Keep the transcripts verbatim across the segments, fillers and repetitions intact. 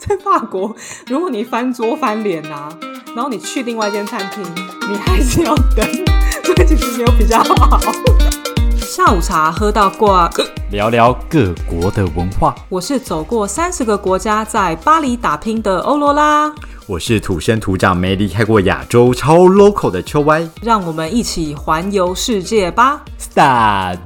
在法国，如果你翻桌翻脸啊，然后你去另外一间餐厅，你还是要等，所以其实没有比较好。下午茶喝到挂， 聊聊各国的文化。 我是走过三十个国家，在巴黎打拼的欧罗拉。 我是土生土长没离开过亚洲超 local 的秋歪。 让我们一起环游世界吧。 Start。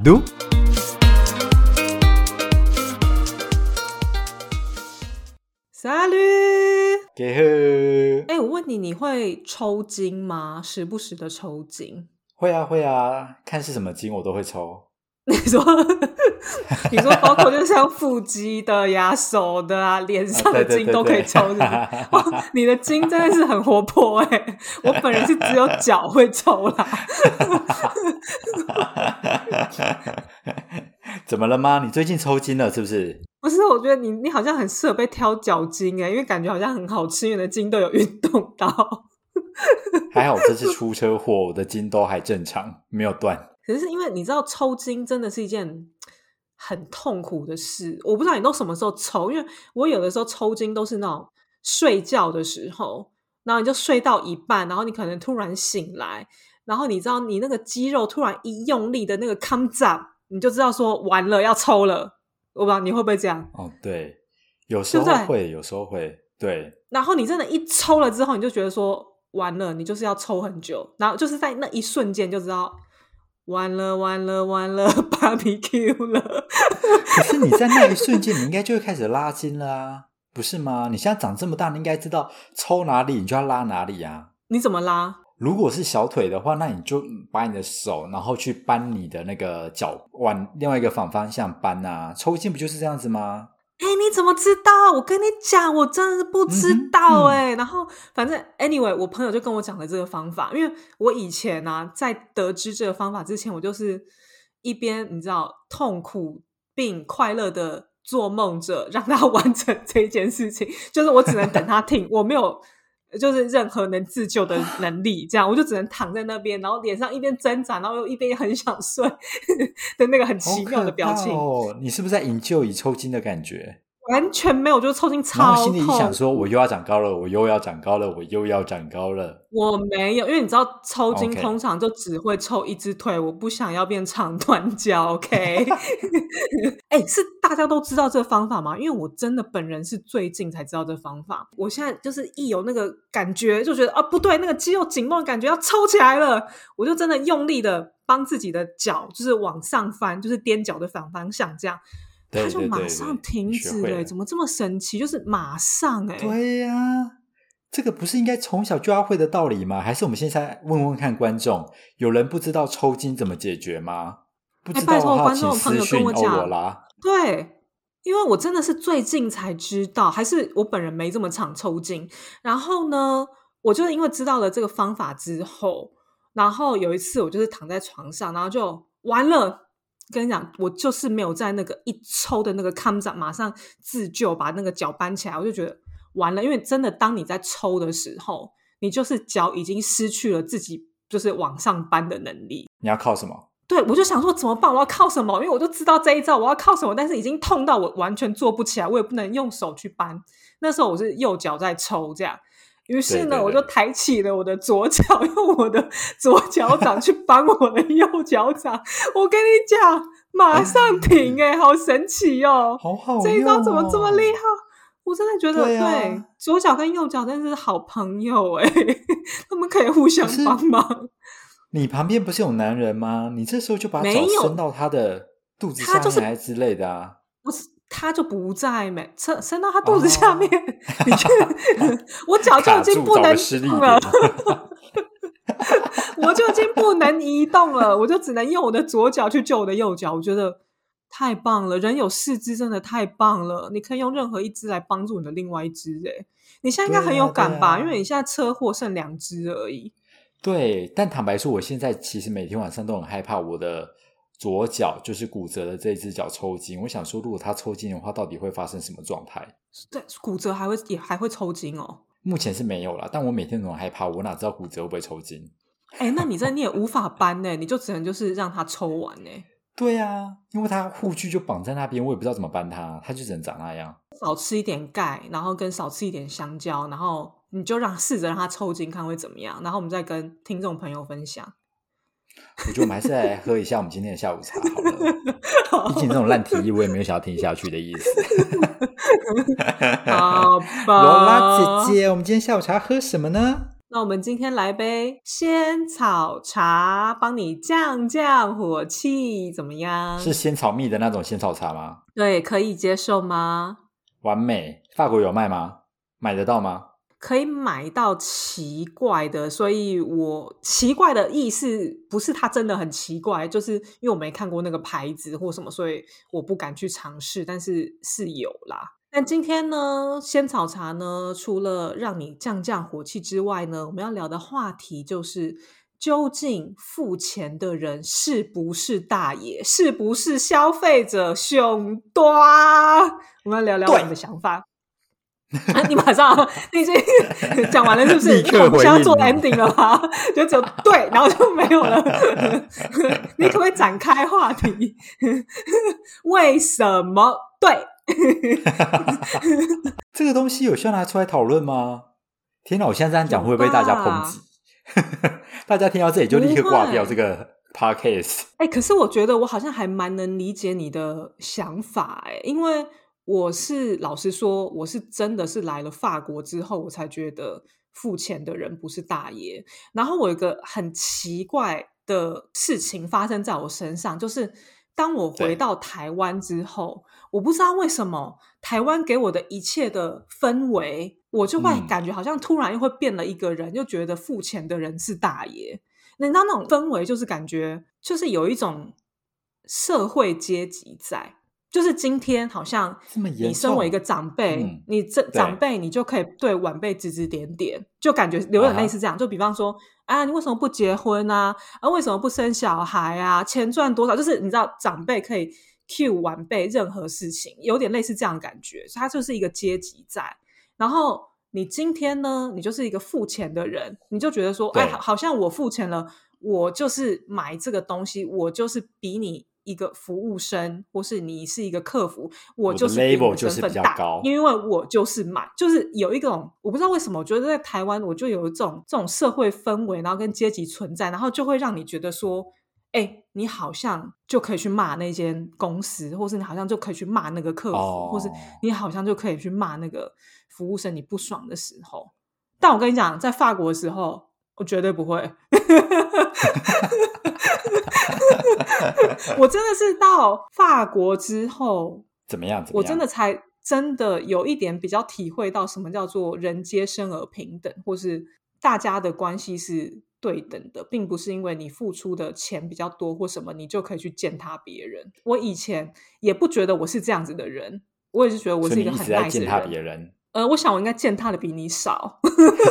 Salut。 给呵。 哎、欸，我问你，你会抽筋吗？时不时的抽筋？ 会啊会啊，看是什么筋我都会抽。 你说你说包括就像腹肌的呀、手的啊、脸上的筋都可以抽是不是？哇，你的筋真的是很活泼哎、欸！我本人是只有脚会抽啦。 怎么了吗？你最近抽筋了是不是？ 不是，我觉得你你好像很适合被挑脚筋哎、欸，因为感觉好像很好吃，因为你的筋都有运动到。 还好这次出车祸，我的筋都还正常，没有断。 可是因为你知道抽筋真的是一件很痛苦的事，我不知道你都什么时候抽，因为我有的时候抽筋都是那种睡觉的时候，然后你就睡到一半，然后你可能突然醒来，然后你知道你那个肌肉突然一用力的那个 comes up， 你就知道说完了要抽了。我不知道你会不会这样。 哦，对，有时候会，对对有时候会，对。 然后你真的一抽了之后，你就觉得说完了，你就是要抽很久，然后就是在那一瞬间就知道完了完了完了 barbecue 了。 可是你在那一瞬间你应该就会开始拉筋了啊，不是吗？你现在长这么大，你应该知道抽哪里你就要拉哪里啊。 你怎么拉？如果是小腿的话，那你就把你的手然后去扳你的那个脚往另外一个反方向扳啊。抽筋不就是这样子吗？ 哎、欸，你怎么知道？我跟你讲，我真的是不知道哎、欸嗯嗯。然后反正 anyway， 我朋友就跟我讲了这个方法，因为我以前啊，在得知这个方法之前，我就是一边你知道痛苦并快乐的做梦着，让他完成这件事情，就是我只能等他停，我没有就是任何能自救的能力，这样我就只能躺在那边，然后脸上一边挣扎，然后又一边很想睡的那个很奇妙的表情。 哦，你是不是在营救以抽筋的感觉？ 完全没有，就是抽筋超痛。 然后心里一想说，我又要长高了，我又要长高了，我又要长高了。 我没有，因为你知道抽筋通常就只会抽一只腿， okay. 我不想要变长短脚 OK。 哎、欸，是大家都知道这个方法吗？因为我真的本人是最近才知道这个方法，我现在就是一有那个感觉就觉得啊不对，那个肌肉紧绷的感觉要抽起来了，我就真的用力的帮自己的脚就是往上翻，就是踮脚的反方向这样，它就马上停止 了, 了怎么这么神奇，就是马上哎、欸。 对呀、啊，这个不是应该从小就要会的道理吗？还是我们现在问问看观众，有人不知道抽筋怎么解决吗？不知道的话请私讯欧罗拉。 对，因为我真的是最近才知道，还是我本人没这么常抽筋，然后呢我就因为知道了这个方法之后，然后有一次我就是躺在床上，然后就完了，跟你讲，我就是没有在那个一抽的那个 comes up 马上自救把那个脚搬起来，我就觉得完了，因为真的当你在抽的时候，你就是脚已经失去了自己就是往上搬的能力。 你要靠什么？对， 我就想说怎么办，我要靠什么？因为我就知道这一招我要靠什么，但是已经痛到我完全做不起来，我也不能用手去搬。那时候我是右脚在抽这样，于是呢对对对，我就抬起了我的左脚，用我的左脚掌去搬我的右脚掌。我跟你讲，马上停耶、欸、好神奇哦， 好好用哦， 这一招怎么这么厉害？我真的觉得对,、啊、 对，左脚跟右脚真的是好朋友耶、欸、他们可以互相帮忙。 你旁边不是有男人吗？你这时候就把脚伸到他的肚子下面还是之类的啊？ 不是，他就不在没伸伸到他肚子下面，哦、你去我脚就已经不能动了，我就已经不能移动了，我就只能用我的左脚去救我的右脚。我觉得太棒了，人有四肢真的太棒了，你可以用任何一只来帮助你的另外一只。哎，你现在应该很有感吧、啊啊、因为你现在车祸剩两只而已。 对，但坦白说我现在其实每天晚上都很害怕我的左脚就是骨折的这只脚抽筋。我想说如果它抽筋的话到底会发生什么状态？ 对，骨折还会也还会抽筋哦？ 目前是没有啦，但我每天都很害怕，我哪知道骨折会不会抽筋？ 哎、欸，那你这你也无法搬耶你就只能就是让它抽完耶。 对啊，因为他护具就绑在那边，我也不知道怎么搬他，他就只能长那样。 少吃一点钙，然后跟少吃一点香蕉，然后你就让试着让他抽筋看会怎么样，然后我们再跟听众朋友分享。 我觉得我们还是来喝一下我们今天的下午茶好了，毕竟这种烂提议我也没有想要听下去的意思。 好吧， 罗拉姐姐，我们今天下午茶喝什么呢？ 那我们今天来杯仙草茶，帮你降降火气，怎么样？ 是仙草蜜的那种仙草茶吗？ 对，可以接受吗？ 完美。法国有卖吗？买得到吗？ 可以买到奇怪的，所以我奇怪的意思不是它真的很奇怪，就是因为我没看过那个牌子或什么，所以我不敢去尝试，但是是有啦。但今天呢，仙草茶呢，除了让你降降火气之外呢，我们要聊的话题就是究竟付钱的人是不是大爷，是不是消费者凶多？我们要聊聊我们的想法。啊、你马上你已经讲完了是不是？ 立刻回应， 想要做 ending 了吗？就只有对，然后就没有了。你可不可以展开话题？为什么对？ 这个东西有需要拿出来讨论吗？天哪，我现在这样讲会不会被大家抨击？大家听到这里就立刻挂掉这个 podcast。 哎、欸，可是我觉得我好像还蛮能理解你的想法哎、欸，因为我是老实说，我是真的是来了法国之后，我才觉得付钱的人不是大爷。然后我有一个很奇怪的事情发生在我身上，就是当我回到台湾之后，我不知道为什么台湾给我的一切的氛围，我就会感觉好像突然又会变了一个人，就觉得付钱的人是大爷。你知道那种氛围，就是感觉就是有一种社会阶级在。就是今天好像你身为一个长辈、嗯、你这长辈你就可以对晚辈指指点点，就感觉有点类似这样、啊、就比方说啊，你为什么不结婚啊？啊，为什么不生小孩啊？钱赚多少？就是你知道长辈可以 cue 晚辈任何事情，有点类似这样的感觉，所以它就是一个阶级在。然后你今天呢，你就是一个付钱的人，你就觉得说哎，好像我付钱了，我就是买这个东西，我就是比你一个服务生，或是你是一个客服，我就是比你的身份大，因为我就是买，就是有一种我不知道为什么，我觉得在台湾我就有这种这种社会氛围，然后跟阶级存在，然后就会让你觉得说哎，你好像就可以去骂那间公司，或是你好像就可以去骂那个客服、oh. 或是你好像就可以去骂那个服务生，你不爽的时候。但我跟你讲，在法国的时候我绝对不会我真的是到法国之后怎么样怎么样我真的才真的有一点比较体会到什么叫做人皆生而平等，或是大家的关系是对等的，并不是因为你付出的钱比较多或什么你就可以去践踏别人。我以前也不觉得我是这样子的人，我也是觉得我是一个很 nice 的人， 所以你一直在践踏别人。 呃，我想我应该践踏的比你少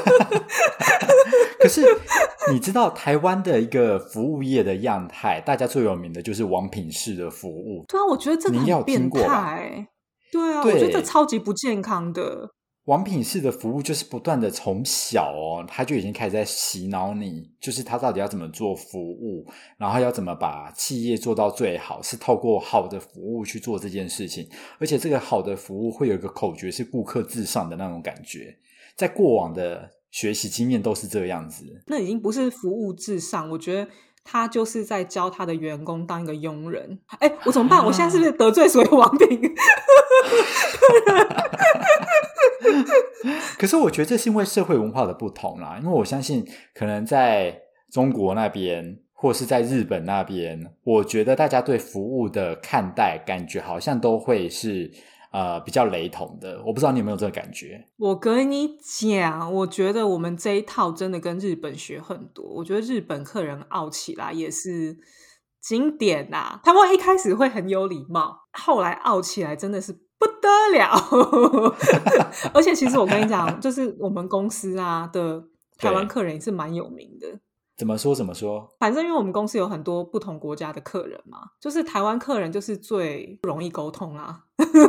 可是你知道台湾的一个服务业的样态，大家最有名的就是王品式的服务。 对啊，我觉得这个很变态。对啊， 对， 我觉得这超级不健康的。 王品式的服务就是不断的从小哦，他就已经开始在洗脑你，就是他到底要怎么做服务，然后要怎么把企业做到最好，是透过好的服务去做这件事情。而且这个好的服务会有一个口诀，是顾客至上的那种感觉，在过往的学习经验都是这样子。 那已经不是服务至上，我觉得他就是在教他的员工当一个佣人。哎，我怎么办、啊、我现在是不是得罪所有王品可是我觉得这是因为社会文化的不同啦，因为我相信可能在中国那边或是在日本那边，我觉得大家对服务的看待感觉好像都会是呃比较雷同的。我不知道你有没有这个感觉。 我跟你讲，我觉得我们这一套真的跟日本学很多。我觉得日本客人傲起来也是经典啊，他们一开始会很有礼貌，后来傲起来真的是不得了而且其实我跟你讲，就是我们公司啊的台湾客人也是蛮有名的。 怎么说怎么说？ 反正因为我们公司有很多不同国家的客人嘛，就是台湾客人就是最不容易沟通啊。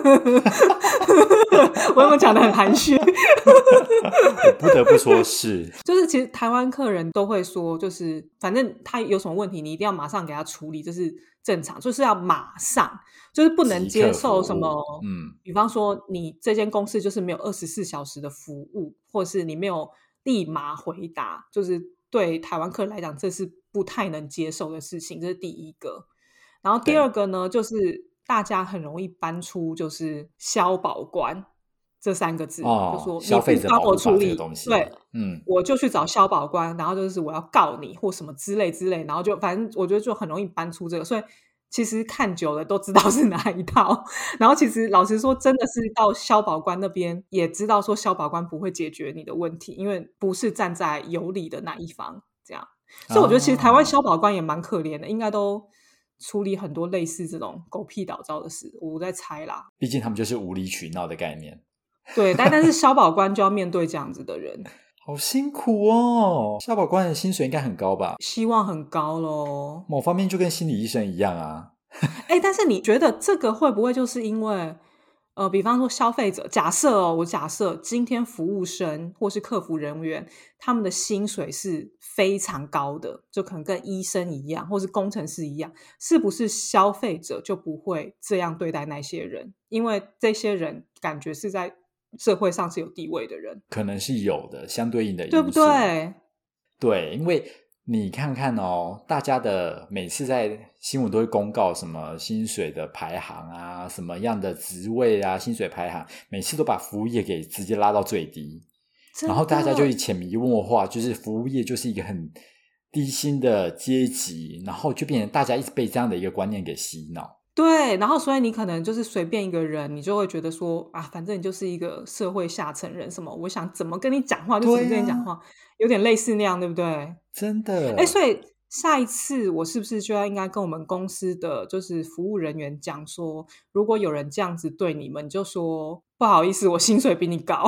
我有没有讲得很含蓄？ 我不得不说是， 就是其实台湾客人都会说，就是反正他有什么问题，你一定要马上给他处理，这是正常，就是要马上，就是不能接受什么， 嗯， 比方说你这间公司就是没有二十四小时的服务，或是你没有立马回答，就是对台湾客人来讲，这是不太能接受的事情，这是第一个。然后第二个呢，就是大家很容易搬出就是消保官这三个字， 哦， 就说消费者保护法这个东西， 对， 嗯， 我就去找消保官，然后就是我要告你或什么之类之类，然后就反正我觉得就很容易搬出这个，所以其实看久了都知道是哪一套。然后其实老实说，真的是到消保官那边也知道说消保官不会解决你的问题，因为不是站在有理的那一方，这样。所以我觉得其实台湾消保官也蛮可怜的，应该都处理很多类似这种狗屁倒灶的事，我在猜啦。 毕竟他们就是无理取闹的概念。 对，但但是消保官就要面对这样子的人， 好辛苦哦。消保官的薪水应该很高吧？ 希望很高咯。 某方面就跟心理医生一样啊。 哎，但是你觉得这个会不会就是因为呃，比方说消费者，假设哦，我假设今天服务生或是客服人员，他们的薪水是非常高的，就可能跟医生一样，或是工程师一样，是不是消费者就不会这样对待那些人？因为这些人感觉是在社会上是有地位的人， 可能是有的相对应的因素， 对不对？ 对，因为你看看哦，大家的每次在新闻都会公告什么薪水的排行啊，什么样的职位啊，薪水排行，每次都把服务业给直接拉到最低，然后大家就潜移默化，就是服务业就是一个很低薪的阶级，然后就变成大家一直被这样的一个观念给洗脑。 对，然后所以你可能就是随便一个人，你就会觉得说啊，反正你就是一个社会下层人，什么我想怎么跟你讲话就怎么跟你讲话，啊、有点类似那样，对不对？ 真的。 哎，所以下一次我是不是就要应该跟我们公司的就是服务人员讲说，如果有人这样子对你们，就说不好意思，我薪水比你高。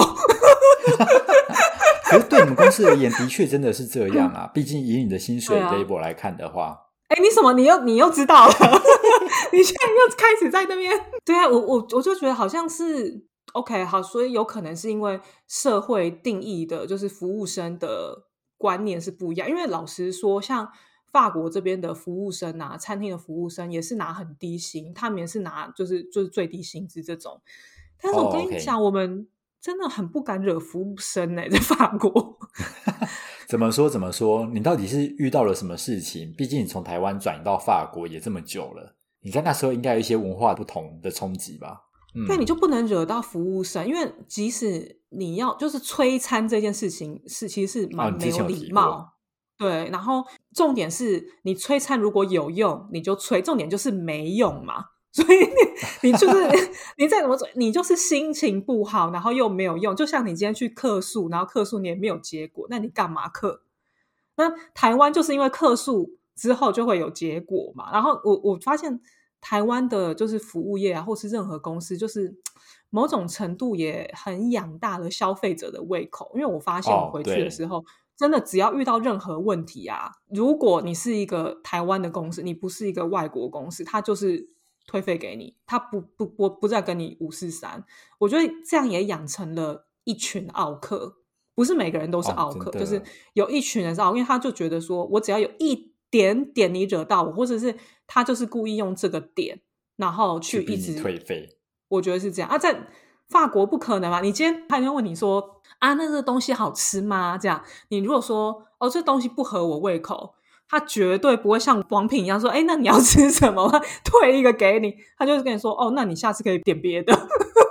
可是对你们公司而言，的确真的是这样啊。毕竟以你的薪水 label 来看的话。 哎，你什么？你又你又知道了？你现在又开始在那边？对啊，我我我就觉得好像是 OK 好，所以有可能是因为社会定义的，就是服务生的观念是不一样。因为老实说，像法国这边的服务生啊，餐厅的服务生也是拿很低薪，他们也是拿就是就是最低薪资这种。但是我跟你讲， oh, okay. 我们真的很不敢惹服务生哎、欸，在法国。 怎么说怎么说？你到底是遇到了什么事情？毕竟你从台湾转移到法国也这么久了，你在那时候应该有一些文化不同的冲击吧？嗯， 对，你就不能惹到服务生，因为即使你要就是催餐这件事情是其实是蛮没有礼貌。 哦、 对，然后重点是你催餐如果有用你就催，重点就是没用嘛。所以你你就是你再怎么你就是心情不好，然后又没有用，就像你今天去客诉，然后客诉你也没有结果，那你干嘛客？那台湾就是因为客诉之后就会有结果嘛。然后我我发现台湾的就是服务业啊，或是任何公司，就是某种程度也很养大了消费者的胃口。因为我发现我回去的时候、哦、真的只要遇到任何问题啊，如果你是一个台湾的公司，你不是一个外国公司，他就是退费给你，他不不不不再跟你五四三。我觉得这样也养成了一群奥客，不是每个人都是奥客、哦、就是有一群人是奥客，因为他就觉得说我只要有一点点你惹到我，或者是他就是故意用这个点然后去一直退费。 我觉得是这样啊，在法国不可能嘛，你今天他就问你说啊，那这个东西好吃吗？这样你如果说哦，这东西不合我胃口，他绝对不会像王品一样说，哎，那你要吃什么？退一个给你，他就是跟你说，哦，那你下次可以点别的。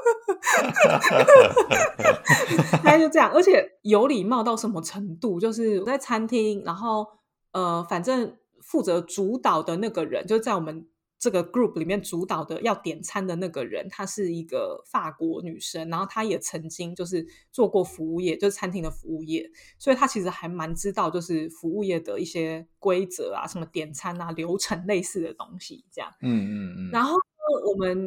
他就这样，而且有礼貌到什么程度？就是我在餐厅，然后呃，反正负责主导的那个人，就在我们这个 group 里面主导的要点餐的那个人，她是一个法国女生，然后她也曾经就是做过服务业，就是餐厅的服务业，所以她其实还蛮知道就是服务业的一些规则啊，什么点餐啊流程类似的东西这样。 嗯嗯嗯。 然后我们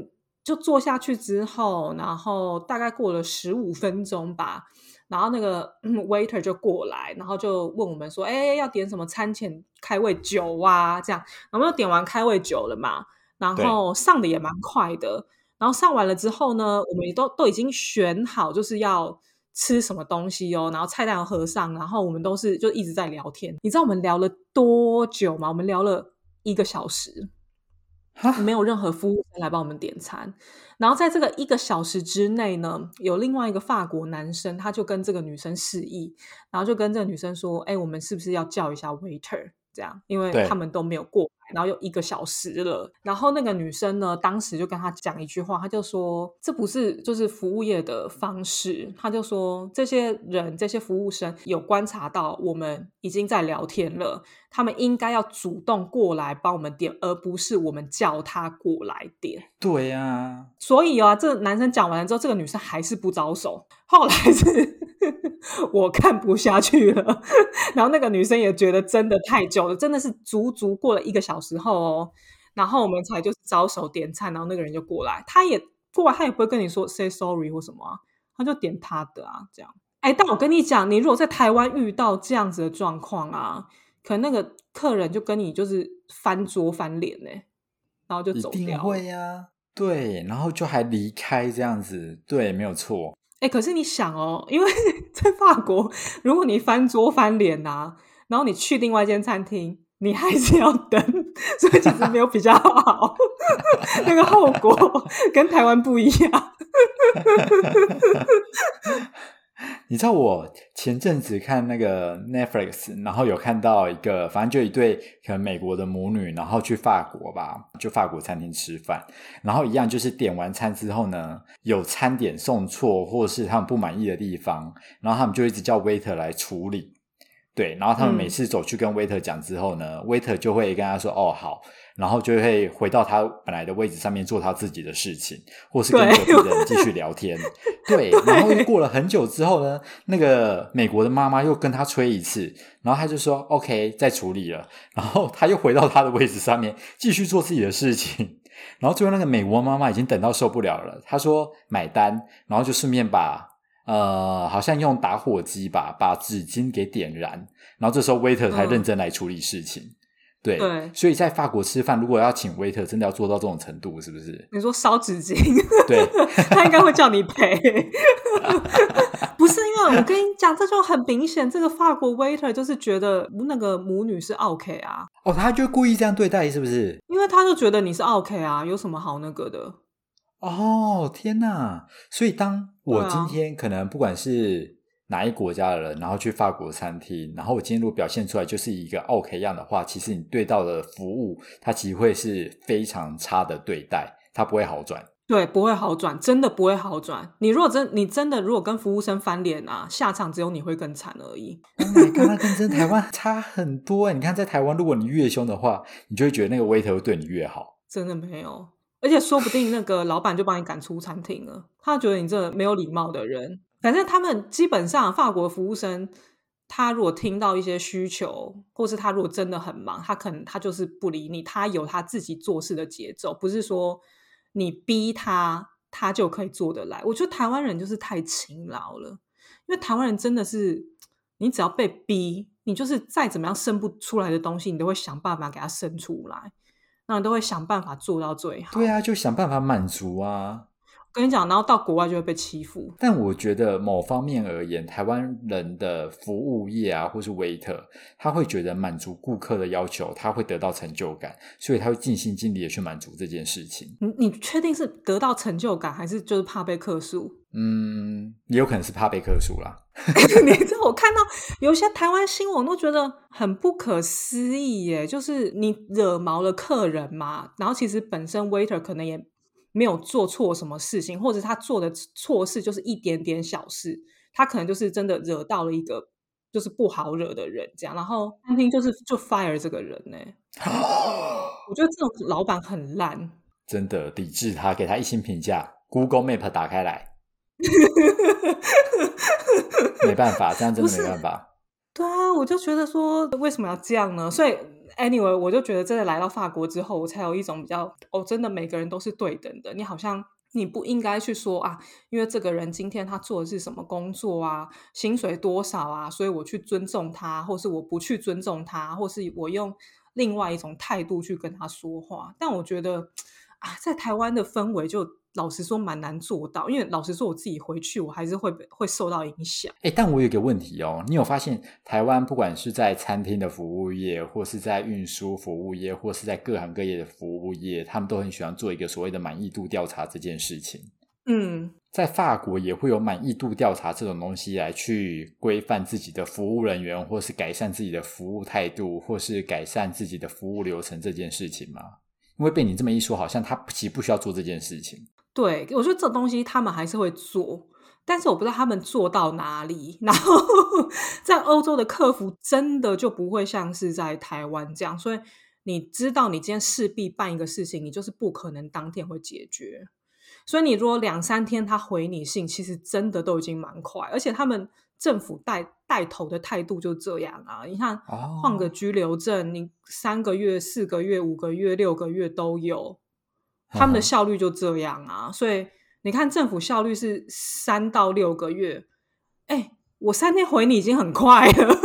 就坐下去之后，然后大概过了十五分钟吧，然后那个、嗯、waiter 就过来，然后就问我们说，哎，要点什么餐前开胃酒啊，这样。然后就点完开胃酒了嘛，然后上的也蛮快的。然后上完了之后呢，我们也都都已经选好就是要吃什么东西哦，然后菜单要合上，然后我们都是就一直在聊天。你知道我们聊了多久吗？我们聊了一个小时，没有任何服务生来帮我们点餐。然后在这个一个小时之内呢，有另外一个法国男生，他就跟这个女生示意，然后就跟这个女生说，哎，我们是不是要叫一下 waiter 这样，因为他们都没有过来，然后又一个小时了。然后那个女生呢，当时就跟他讲一句话，他就说这不是就是服务业的方式，他就说这些人这些服务生有观察到我们已经在聊天了，他们应该要主动过来帮我们点，而不是我们叫他过来点。 对啊， 所以啊，这个男生讲完了之后，这个女生还是不招手。后来是我看不下去了，然后那个女生也觉得真的太久了，真的是足足过了一个小时后哦，然后我们才就是招手点餐，然后那个人就过来，他也过来，他也不会跟你说 say sorry 或什么啊，他就点他的啊，这样。哎，但我跟你讲，你如果在台湾遇到这样子的状况啊，可能那个客人就跟你就是翻桌翻脸呢、欸，然后就走掉了。 一定会啊，对，然后就还离开这样子，对，没有错。 哎，可是你想哦，因为在法国，如果你翻桌翻脸啊，然后你去另外一间餐厅，你还是要等，所以其实没有比较好，那个后果跟台湾不一样。 你知道我前阵子看那个 Netflix， 然后有看到一个，反正就一对可能美国的母女，然后去法国吧，就法国餐厅吃饭，然后一样就是点完餐之后呢，有餐点送错或者是他们不满意的地方，然后他们就一直叫 waiter 来处理。对，然后他们每次走去跟 waiter 讲之后呢、嗯、waiter 就会跟他说哦好，然后就会回到他本来的位置上面做他自己的事情，或是跟隔壁的人继续聊天。对，对，然后又过了很久之后呢，那个美国的妈妈又跟他催一次，然后他就说 OK 再处理了，然后他又回到他的位置上面继续做自己的事情。然后最后那个美国妈妈已经等到受不了了，他说买单，然后就顺便把呃，好像用打火机吧，把纸巾给点燃，然后这时候 waiter 才认真来处理事情。嗯、对, 对，所以在法国吃饭，如果要请 waiter， 真的要做到这种程度，是不是？ 你说烧纸巾， 对， 他应该会叫你赔。不是，因为我跟你讲，这就很明显，这个法国 waiter 就是觉得那个母女是 OK 啊。 哦，他就故意这样对待，是不是？ 因为他就觉得你是 OK 啊，有什么好那个的？ 哦，天哪！所以当我今天可能不管是哪一国家的人，然后去法国餐厅，然后我今天如果表现出来就是一个 OK 样的话，其实你对到的服务，它其实会是非常差的对待，它不会好转。 对，不会好转，真的不会好转。你如果真你真的如果跟服务生翻脸啊，下场只有你会更惨而已。 Oh my god， 那跟真台湾差很多。你看在台湾，如果你越凶的话，你就会觉得那个 waiter 会对你越好。 真的没有。而且说不定那个老板就把你赶出餐厅了，他觉得你这没有礼貌的人。反正他们基本上法国服务生，他如果听到一些需求，或是他如果真的很忙，他可能他就是不理你，他有他自己做事的节奏，不是说你逼他他就可以做得来。我觉得台湾人就是太勤劳了，因为台湾人真的是你只要被逼，你就是再怎么样生不出来的东西，你都会想办法给他生出来，那你都会想办法做到最好。 对啊，就想办法满足啊。 我跟你讲，然后到国外就会被欺负。 但我觉得某方面而言，台湾人的服务业啊，或是 waiter， 他会觉得满足顾客的要求，他会得到成就感，所以他会尽心尽力的去满足这件事情。 你你确定是得到成就感，还是就是怕被客诉？ 嗯，也有可能是怕被客诉啦。 你知道我看到有一些台湾新闻都觉得很不可思议耶，就是你惹毛了客人嘛，然后其实本身 waiter 可能也没有做错什么事情，或者他做的错事就是一点点小事，他可能就是真的惹到了一个就是不好惹的人这样，然后餐厅就是就 fire 这个人耶。我觉得这种老板很烂， 真的抵制他，给他一星评价， Google Map 打开来。没办法，这样真的没办法。 对啊，我就觉得说为什么要这样呢？所以 anyway 我就觉得真的来到法国之后，我才有一种比较哦，真的每个人都是对等的，你好像你不应该去说啊，因为这个人今天他做的是什么工作啊，薪水多少啊，所以我去尊重他，或是我不去尊重他，或是我用另外一种态度去跟他说话。但我觉得啊，在台湾的氛围就老实说蛮难做到，因为老实说我自己回去我还是会会受到影响。 诶，但我有一个问题哦，你有发现台湾不管是在餐厅的服务业，或是在运输服务业，或是在各行各业的服务业，他们都很喜欢做一个所谓的满意度调查这件事情。 嗯， 在法国也会有满意度调查这种东西来去规范自己的服务人员，或是改善自己的服务态度，或是改善自己的服务流程这件事情吗？因为被你这么一说，好像他其实不需要做这件事情。 对，我觉得这东西他们还是会做，但是我不知道他们做到哪里。然后在欧洲的客服真的就不会像是在台湾这样，所以你知道你今天势必办一个事情，你就是不可能当天会解决。所以你如果两三天他回你信，其实真的都已经蛮快，而且他们政府带带头的态度就这样啊。你看，换个居留证，你三个月、四个月、五个月、六个月都有，他们的效率就这样啊。所以你看，政府效率是三到六个月，哎，我三天回你已经很快了。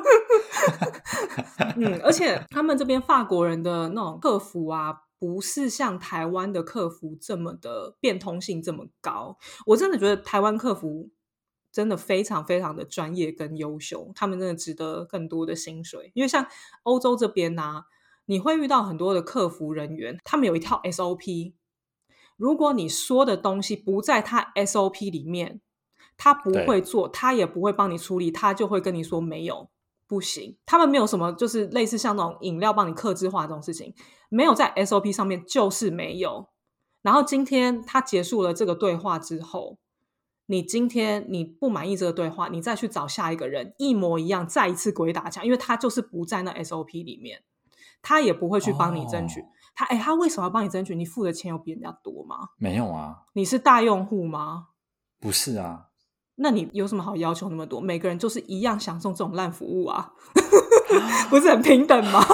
嗯，而且他们这边法国人的那种客服啊，不是像台湾的客服这么的变通性这么高。我真的觉得台湾客服真的非常非常的专业跟优秀，他们真的值得更多的薪水。因为像欧洲这边啊，你会遇到很多的客服人员，他们有一套 S O P， 如果你说的东西不在他 S O P 里面，他不会做，他也不会帮你处理，他就会跟你说没有，不行。他们没有什么就是类似像那种饮料帮你客制化这种事情，没有在 S O P 上面就是没有。然后今天他结束了这个对话之后，你今天你不满意这个对话，你再去找下一个人一模一样，再一次鬼打墙，因为他就是不在那 S O P 里面，他也不会去帮你争取。哦，他哎，他为什么要帮你争取？你付的钱有比人家多吗？ 没有啊。 你是大用户吗？ 不是啊。 那你有什么好要求那么多？每个人就是一样享受这种烂服务啊，不是很平等吗？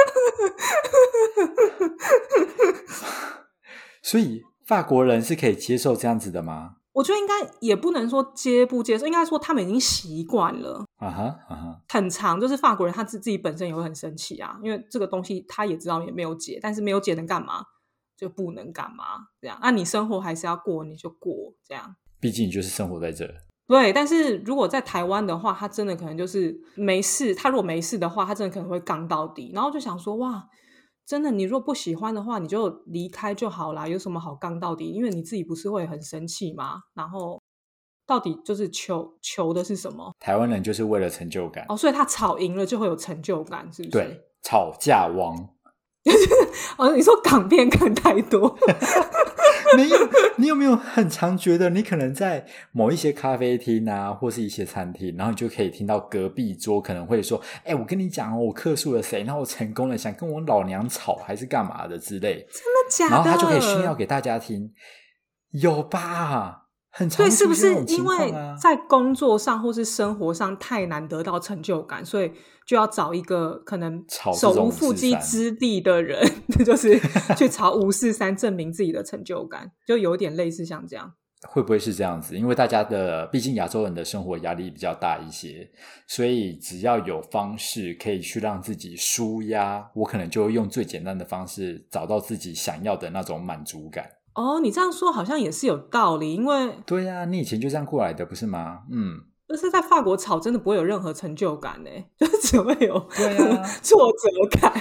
所以法国人是可以接受这样子的吗？ 我觉得应该也不能说接不接受，应该说他们已经习惯了。啊哈啊哈，很长，就是法国人他自己本身也会很生气啊，因为这个东西他也知道也没有解，但是没有解能干嘛？就不能干嘛这样。那、啊、你生活还是要过，你就过这样。 毕竟你就是生活在这。 对，但是如果在台湾的话，他真的可能就是没事。他如果没事的话，他真的可能会杠到底。然后就想说，哇，真的，你如果不喜欢的话，你就离开就好啦，有什么好杠到底？因为你自己不是会很生气吗？然后到底就是求求的是什么？ 台湾人就是为了成就感。 哦，所以他吵赢了就会有成就感，是不是？ 对，吵架王。 哦，你说港片看太多。 没有，你有没有很常觉得你可能在某一些咖啡厅啊，或是一些餐厅，然后你就可以听到隔壁桌可能会说，哎、欸，我跟你讲哦，我客诉了谁，然后我成功了，想跟我老娘吵还是干嘛的之类。 真的假的？ 然后他就可以炫耀给大家听，有吧？很常对，是不是因为啊， 在工作上或是生活上太难得到成就感，所以就要找一个可能手无缚鸡之力的人，就是去朝五四三证明自己的成就感，就有点类似像这样。 会不会是这样子？因为大家的毕竟亚洲人的生活压力比较大一些，所以只要有方式可以去让自己抒压，我可能就会用最简单的方式找到自己想要的那种满足感。 哦，你这样说好像也是有道理，因为对啊，你以前就这样过来的不是吗？嗯， 就是在法国吵真的不会有任何成就感耶，就是只会有对啊挫折感。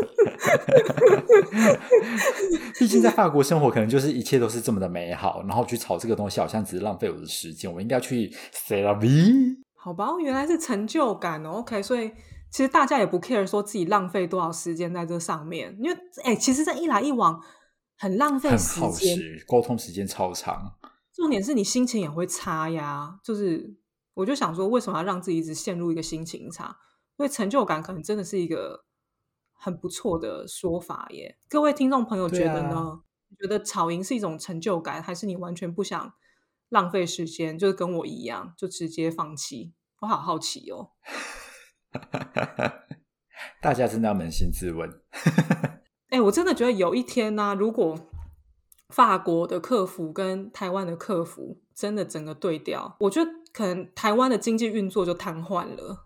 毕竟在法国生活可能就是一切都是这么的美好，然后去吵这个东西好像只是浪费我的时间，我应该要去 c'est la vie。 好吧，原来是成就感哦。 OK， 所以其实大家也不 care 说自己浪费多少时间在这上面，因为哎，其实这一来一往很浪费时间， 很耗时，沟通时间超长， 重点是你心情也会差呀。就是我就想说为什么要让自己一直陷入一个心情差，因为成就感可能真的是一个很不错的说法耶。各位听众朋友觉得呢？啊、你觉得吵赢是一种成就感，还是你完全不想浪费时间，就是跟我一样就直接放弃？我好好奇哦。 大家真的要扪心自问。 哎、欸，我真的觉得有一天呢、啊，如果法国的客服跟台湾的客服真的整个对调，我觉得可能台湾的经济运作就瘫痪了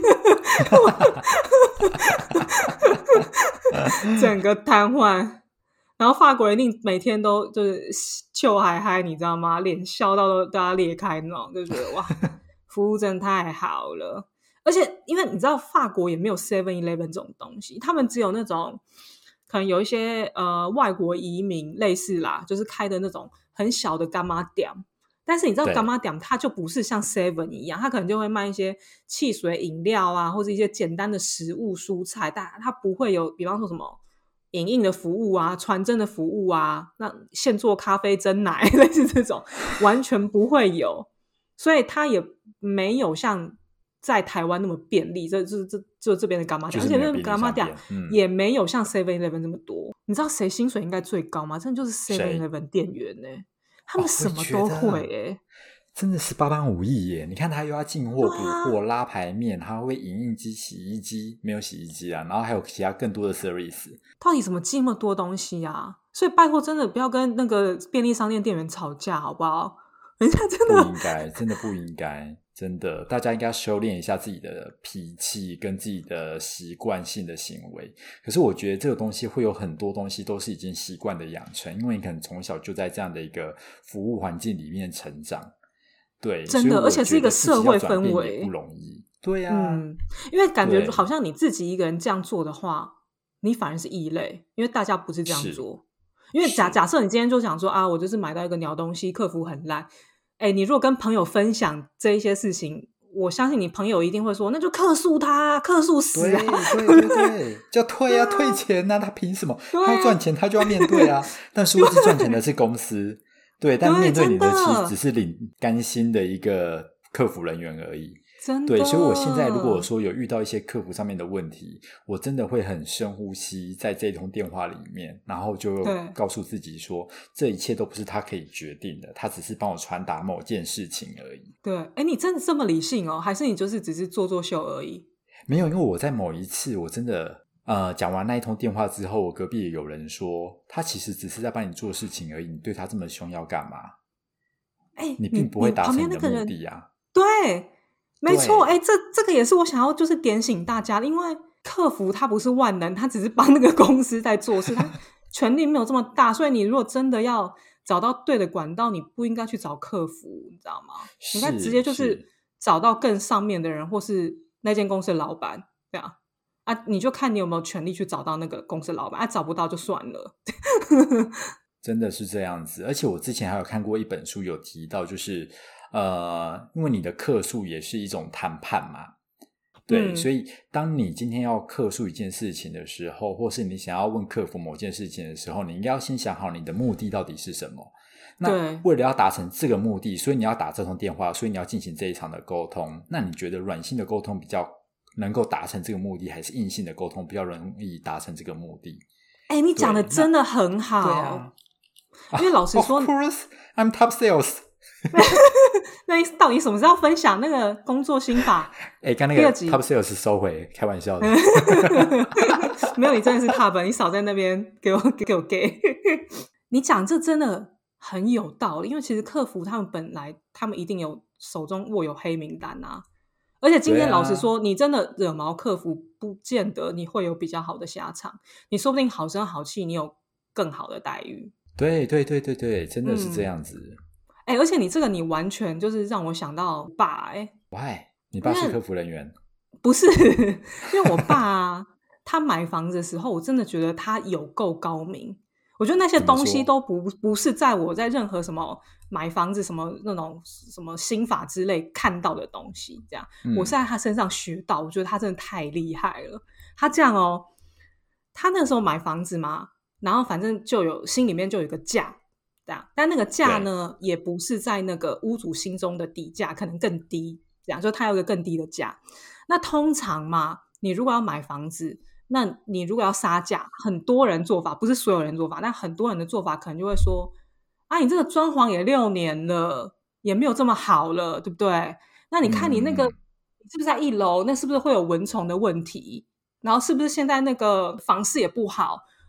整个瘫痪，然后法国人一定每天都就是笑嗨嗨，你知道吗？脸笑到都大家裂开那种，就觉得哇，服务真的太好了。而且因为你知道法国也没有 seven eleven 这种东西，他们只有那种可能有一些呃外国移民类似啦，就是开的那种很小的干妈店，但是你知道干妈店它就不是像 seven 一样，它可能就会卖一些汽水饮料啊，或者一些简单的食物蔬菜，但它不会有比方说什么影印的服务啊，传真的服务啊，那现做咖啡蒸奶类似这种完全不会有，所以它也没有像在台湾那么便利，这这这就这边的干妈店，而且那个干妈店也没有像 seven eleven 这么多。你知道谁薪水应该最高吗？真的就是 seven eleven 店员呢、欸，他们什么都会哎、欸。 真的是八般武艺耶！你看他又要进货、补货、拉排面，他会影印机、洗衣机，没有洗衣机啊，然后还有其他更多的 service。 到底怎么记那么多东西啊？所以拜托，真的不要跟那个便利商店店员吵架，好不好？人家真的不应该，真的不应该，真的，大家应该修炼一下自己的脾气跟自己的习惯性的行为。可是我觉得这个东西会有很多东西都是已经习惯的养成，因为你可能从小就在这样的一个服务环境里面成长。对， 真的，而且是一个社会氛围， 不容易。对啊， 嗯，因为感觉好像你自己一个人这样做的话，你反而是异类，因为大家不是这样做。因为假假设你今天就想说啊，我就是买到一个鸟东西，客服很烂，哎，你如果跟朋友分享这一些事情，我相信你朋友一定会说，那就客诉他，客诉死啊！ 对对对对，就退啊，退钱啊，他凭什么？他赚钱他就要面对啊，但殊不知赚钱的是公司。对，但面对你的其实只是领甘心的一个客服人员而已。 真的， 对，所以我现在如果说有遇到一些客服上面的问题，我真的会很深呼吸，在这通电话里面，然后就告诉自己说，这一切都不是他可以决定的，他只是帮我传达某件事情而已。 对，哎，你真的这么理性哦？还是你就是只是做做秀而已？ 没有，因为我在某一次我真的。呃，讲完那一通电话之后，我隔壁也有人说，他其实只是在帮你做事情而已，你对他这么凶要干嘛？ 哎， 你并不会达成你的目的啊。 对，没错，哎，这这个也是我想要就是点醒大家，因为客服他不是万能，他只是帮那个公司在做事，他权力没有这么大，所以你如果真的要找到对的管道，你不应该去找客服，你知道吗？你应该直接就是找到更上面的人，或是那间公司的老板，这样。啊，你就看你有没有权利去找到那个公司老板，啊，找不到就算了。 真的是这样子，而且我之前还有看过一本书，有提到就是呃，因为你的客诉也是一种谈判嘛，对、嗯、所以当你今天要客诉一件事情的时候，或是你想要问客服某件事情的时候，你应该要先想好你的目的到底是什么。那为了要达成这个目的，所以你要打这通电话，所以你要进行这一场的沟通。那你觉得软性的沟通比较能够达成这个目的，还是硬性的沟通比较容易达成这个目的？ 哎、欸，你讲的真的很好。对啊，因为老实说 Of course, I'm top sales 那到底什么时候分享那个工作心法？ 哎、欸，刚那个 top sales 收回，开玩笑的。 没有，你真的是 top， 你少在那边给我给我给。你讲这真的很有道理，因为其实客服他们本来他们一定有手中握有黑名单啊。而且今天老实说、啊、你真的惹毛客服不见得你会有比较好的下场，你说不定好声好气你有更好的待遇。 对对对对对，真的是这样子。 哎、嗯欸，而且你这个你完全就是让我想到爸。哎 Why？ 你爸是客服人员？ 不是，因为我爸啊他买房子的时候我真的觉得他有够高明，我觉得那些东西都不不是在我在任何什么买房子什么那种什么心法之类看到的东西，这样、嗯、我是在他身上学到，我觉得他真的太厉害了。他这样哦，他那时候买房子嘛，然后反正就有心里面就有一个价，这样，但那个价呢也不是在那个屋主心中的底价，可能更低，这样就他有一个更低的价。那通常嘛，你如果要买房子，那你如果要杀价，很多人做法不是所有人做法，但很多人的做法可能就会说啊，你这个装潢也六年了，也没有这么好了，对不对？那你看你那个、嗯、是不是在一楼，那是不是会有蚊虫的问题？然后是不是现在那个房市也不好，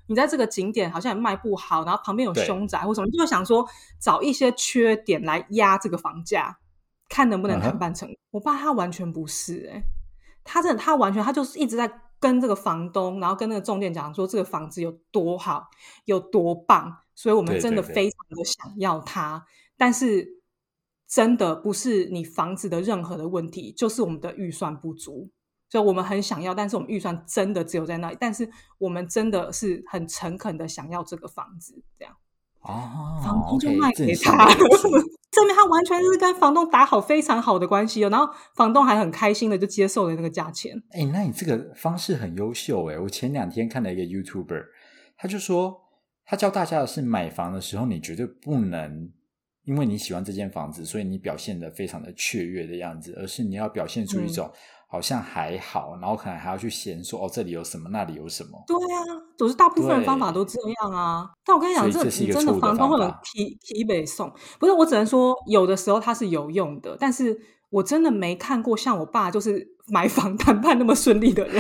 你在这个景点好像也卖不好，然后旁边有凶宅或什么，你就会想说找一些缺点来压这个房价，看能不能谈判成、嗯、我爸他完全不是、欸、他真的他完全他就是一直在跟这个房东然后跟那个仲介讲说这个房子有多好有多棒，所以我们真的非常的想要它，对对对，但是真的不是你房子的任何的问题，就是我们的预算不足，所以我们很想要，但是我们预算真的只有在那里，但是我们真的是很诚恳的想要这个房子，这样哦， 房东就卖给他了。证明他完全是跟房东打好非常好的关系哦，然后房东还很开心的就接受了那个价钱。 哎、欸，那你这个方式很优秀哎！我前两天看了一个 YouTuber， 他就说他教大家的是买房的时候，你绝对不能因为你喜欢这间房子，所以你表现得非常的雀跃的样子，而是你要表现出一种、嗯、好像还好，然后可能还要去嫌说哦这里有什么那里有什么。 对啊，都是大部分的方法都这样啊。但我跟你讲，这你真的房东会很提提北送，不是，我只能说有的时候它是有用的，但是我真的没看过像我爸就是买房谈判那么顺利的人。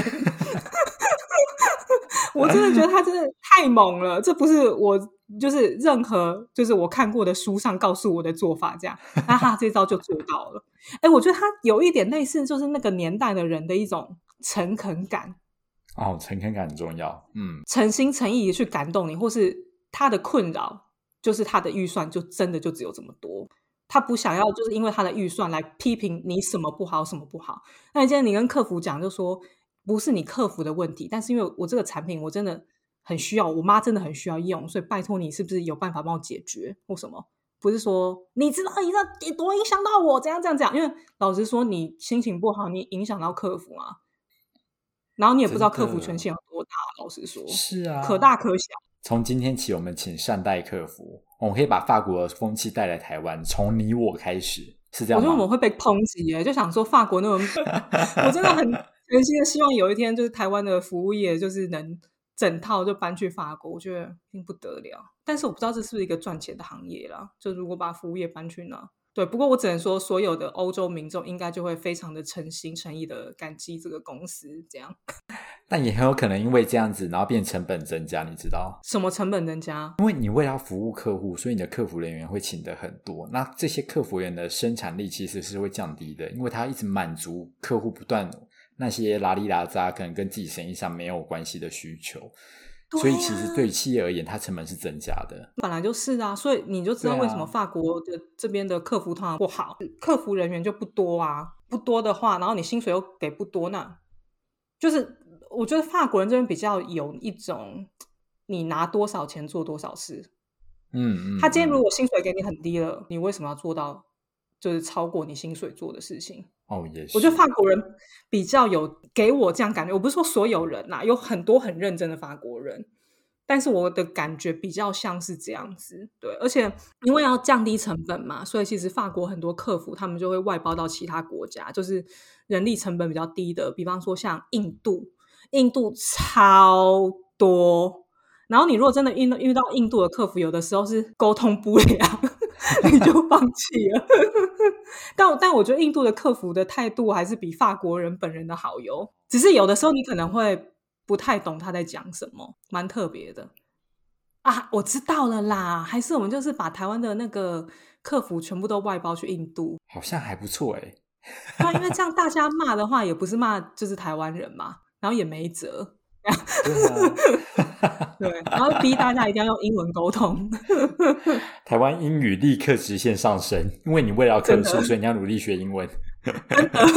我真的觉得他真的太猛了，这不是我就是任何就是我看过的书上告诉我的做法这样，那他这招就做到了。哎，我觉得他有一点类似就是那个年代的人的一种诚恳感。 哦，诚恳感很重要，嗯， 诚心诚意的去感动你，或是他的困扰就是他的预算就真的就只有这么多，他不想要就是因为他的预算来批评你什么不好什么不好。那今天你跟客服讲就说不是你客服的问题，但是因为我这个产品我真的很需要，我妈真的很需要用，所以拜托你是不是有办法帮我解决或什么，不是说你知道你知道多影响到我怎样这样这样，因为老实说你心情不好你影响到客服啊，然后你也不知道客服权限有多大，老实说是啊， 可大可小。 从今天起我们请善待客服，我们可以把法国的风气带来台湾，从你我开始，是这样吗？ 我觉得我们会被抨击耶，就想说法国那种我真的很真心的希望有一天就是台湾的服务业就是能整套就搬去法国，我觉得一定不得了。但是我不知道这是不是一个赚钱的行业啦，就如果把服务业搬去那，对，不过我只能说所有的欧洲民众应该就会非常的诚心诚意的感激这个公司这样。 但也很有可能因为这样子然后变成本增加，你知道什么成本增加？ 因为你为了要服务客户，所以你的客服人员会请得很多，那这些客服员的生产力其实是会降低的，因为他一直满足客户不断那些拉里拉扎可能跟自己生意上没有关系的需求、啊、所以其实对企业而言它成本是增加的， 本来就是啊，所以你就知道为什么法国的这边的客服通常不好、啊、客服人员就不多啊，不多的话然后你薪水又给不多，那就是我觉得法国人这边比较有一种你拿多少钱做多少事， 嗯嗯， 他今天如果薪水给你很低了，你为什么要做到就是超过你薪水做的事情？ 哦，也是。 我觉得法国人比较有给我这样感觉，我不是说所有人啦，有很多很认真的法国人，但是我的感觉比较像是这样子，对，而且因为要降低成本嘛，所以其实法国很多客服他们就会外包到其他国家，就是人力成本比较低的，比方说像印度，印度超多，然后你如果真的遇到印度的客服，有的时候是沟通不良你就放弃了但, 但我觉得印度的客服的态度还是比法国人本人的好哟，只是有的时候你可能会不太懂他在讲什么，蛮特别的啊。我知道了啦，还是我们就是把台湾的那个客服全部都外包去印度， 好像还不错耶对，因为这样大家骂的话也不是骂就是台湾人嘛，然后也没辙对啊对，然后逼大家一定要用英文沟通台湾英语立刻直线上升，因为你为了要客诉，所以你要努力学英文真的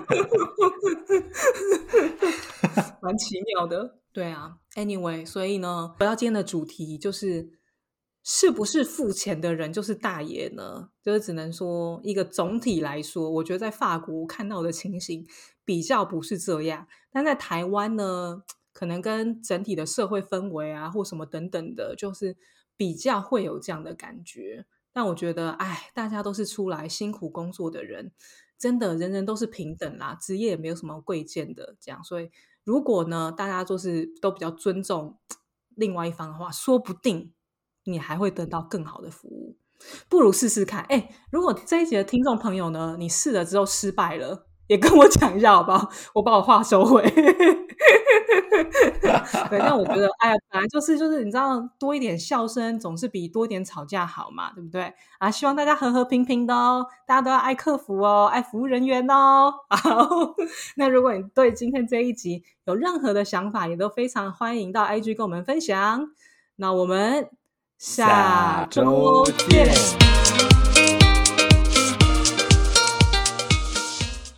蛮奇妙的，对啊 anyway， 所以呢回到今天的主题，就是是不是付钱的人就是大爷呢？就是只能说一个总体来说，我觉得在法国看到的情形比较不是这样，但在台湾呢可能跟整体的社会氛围啊或什么等等的，就是比较会有这样的感觉。但我觉得哎，大家都是出来辛苦工作的人，真的人人都是平等啦，职业也没有什么贵贱的这样，所以如果呢大家就是都比较尊重另外一方的话，说不定你还会得到更好的服务，不如试试看。哎，如果这一集的听众朋友呢，你试了之后失败了，也跟我讲一下好不好？我把我话收回对，但我觉得，哎呀，本来就是就是你知道，多一点笑声总是比多一点吵架好嘛，对不对？啊，希望大家和和平平的哦，大家都要爱客服哦，爱服务人员哦。好，那如果你对今天这一集有任何的想法，也都非常欢迎到 I G 跟我们分享。那我们下下周周见。 见。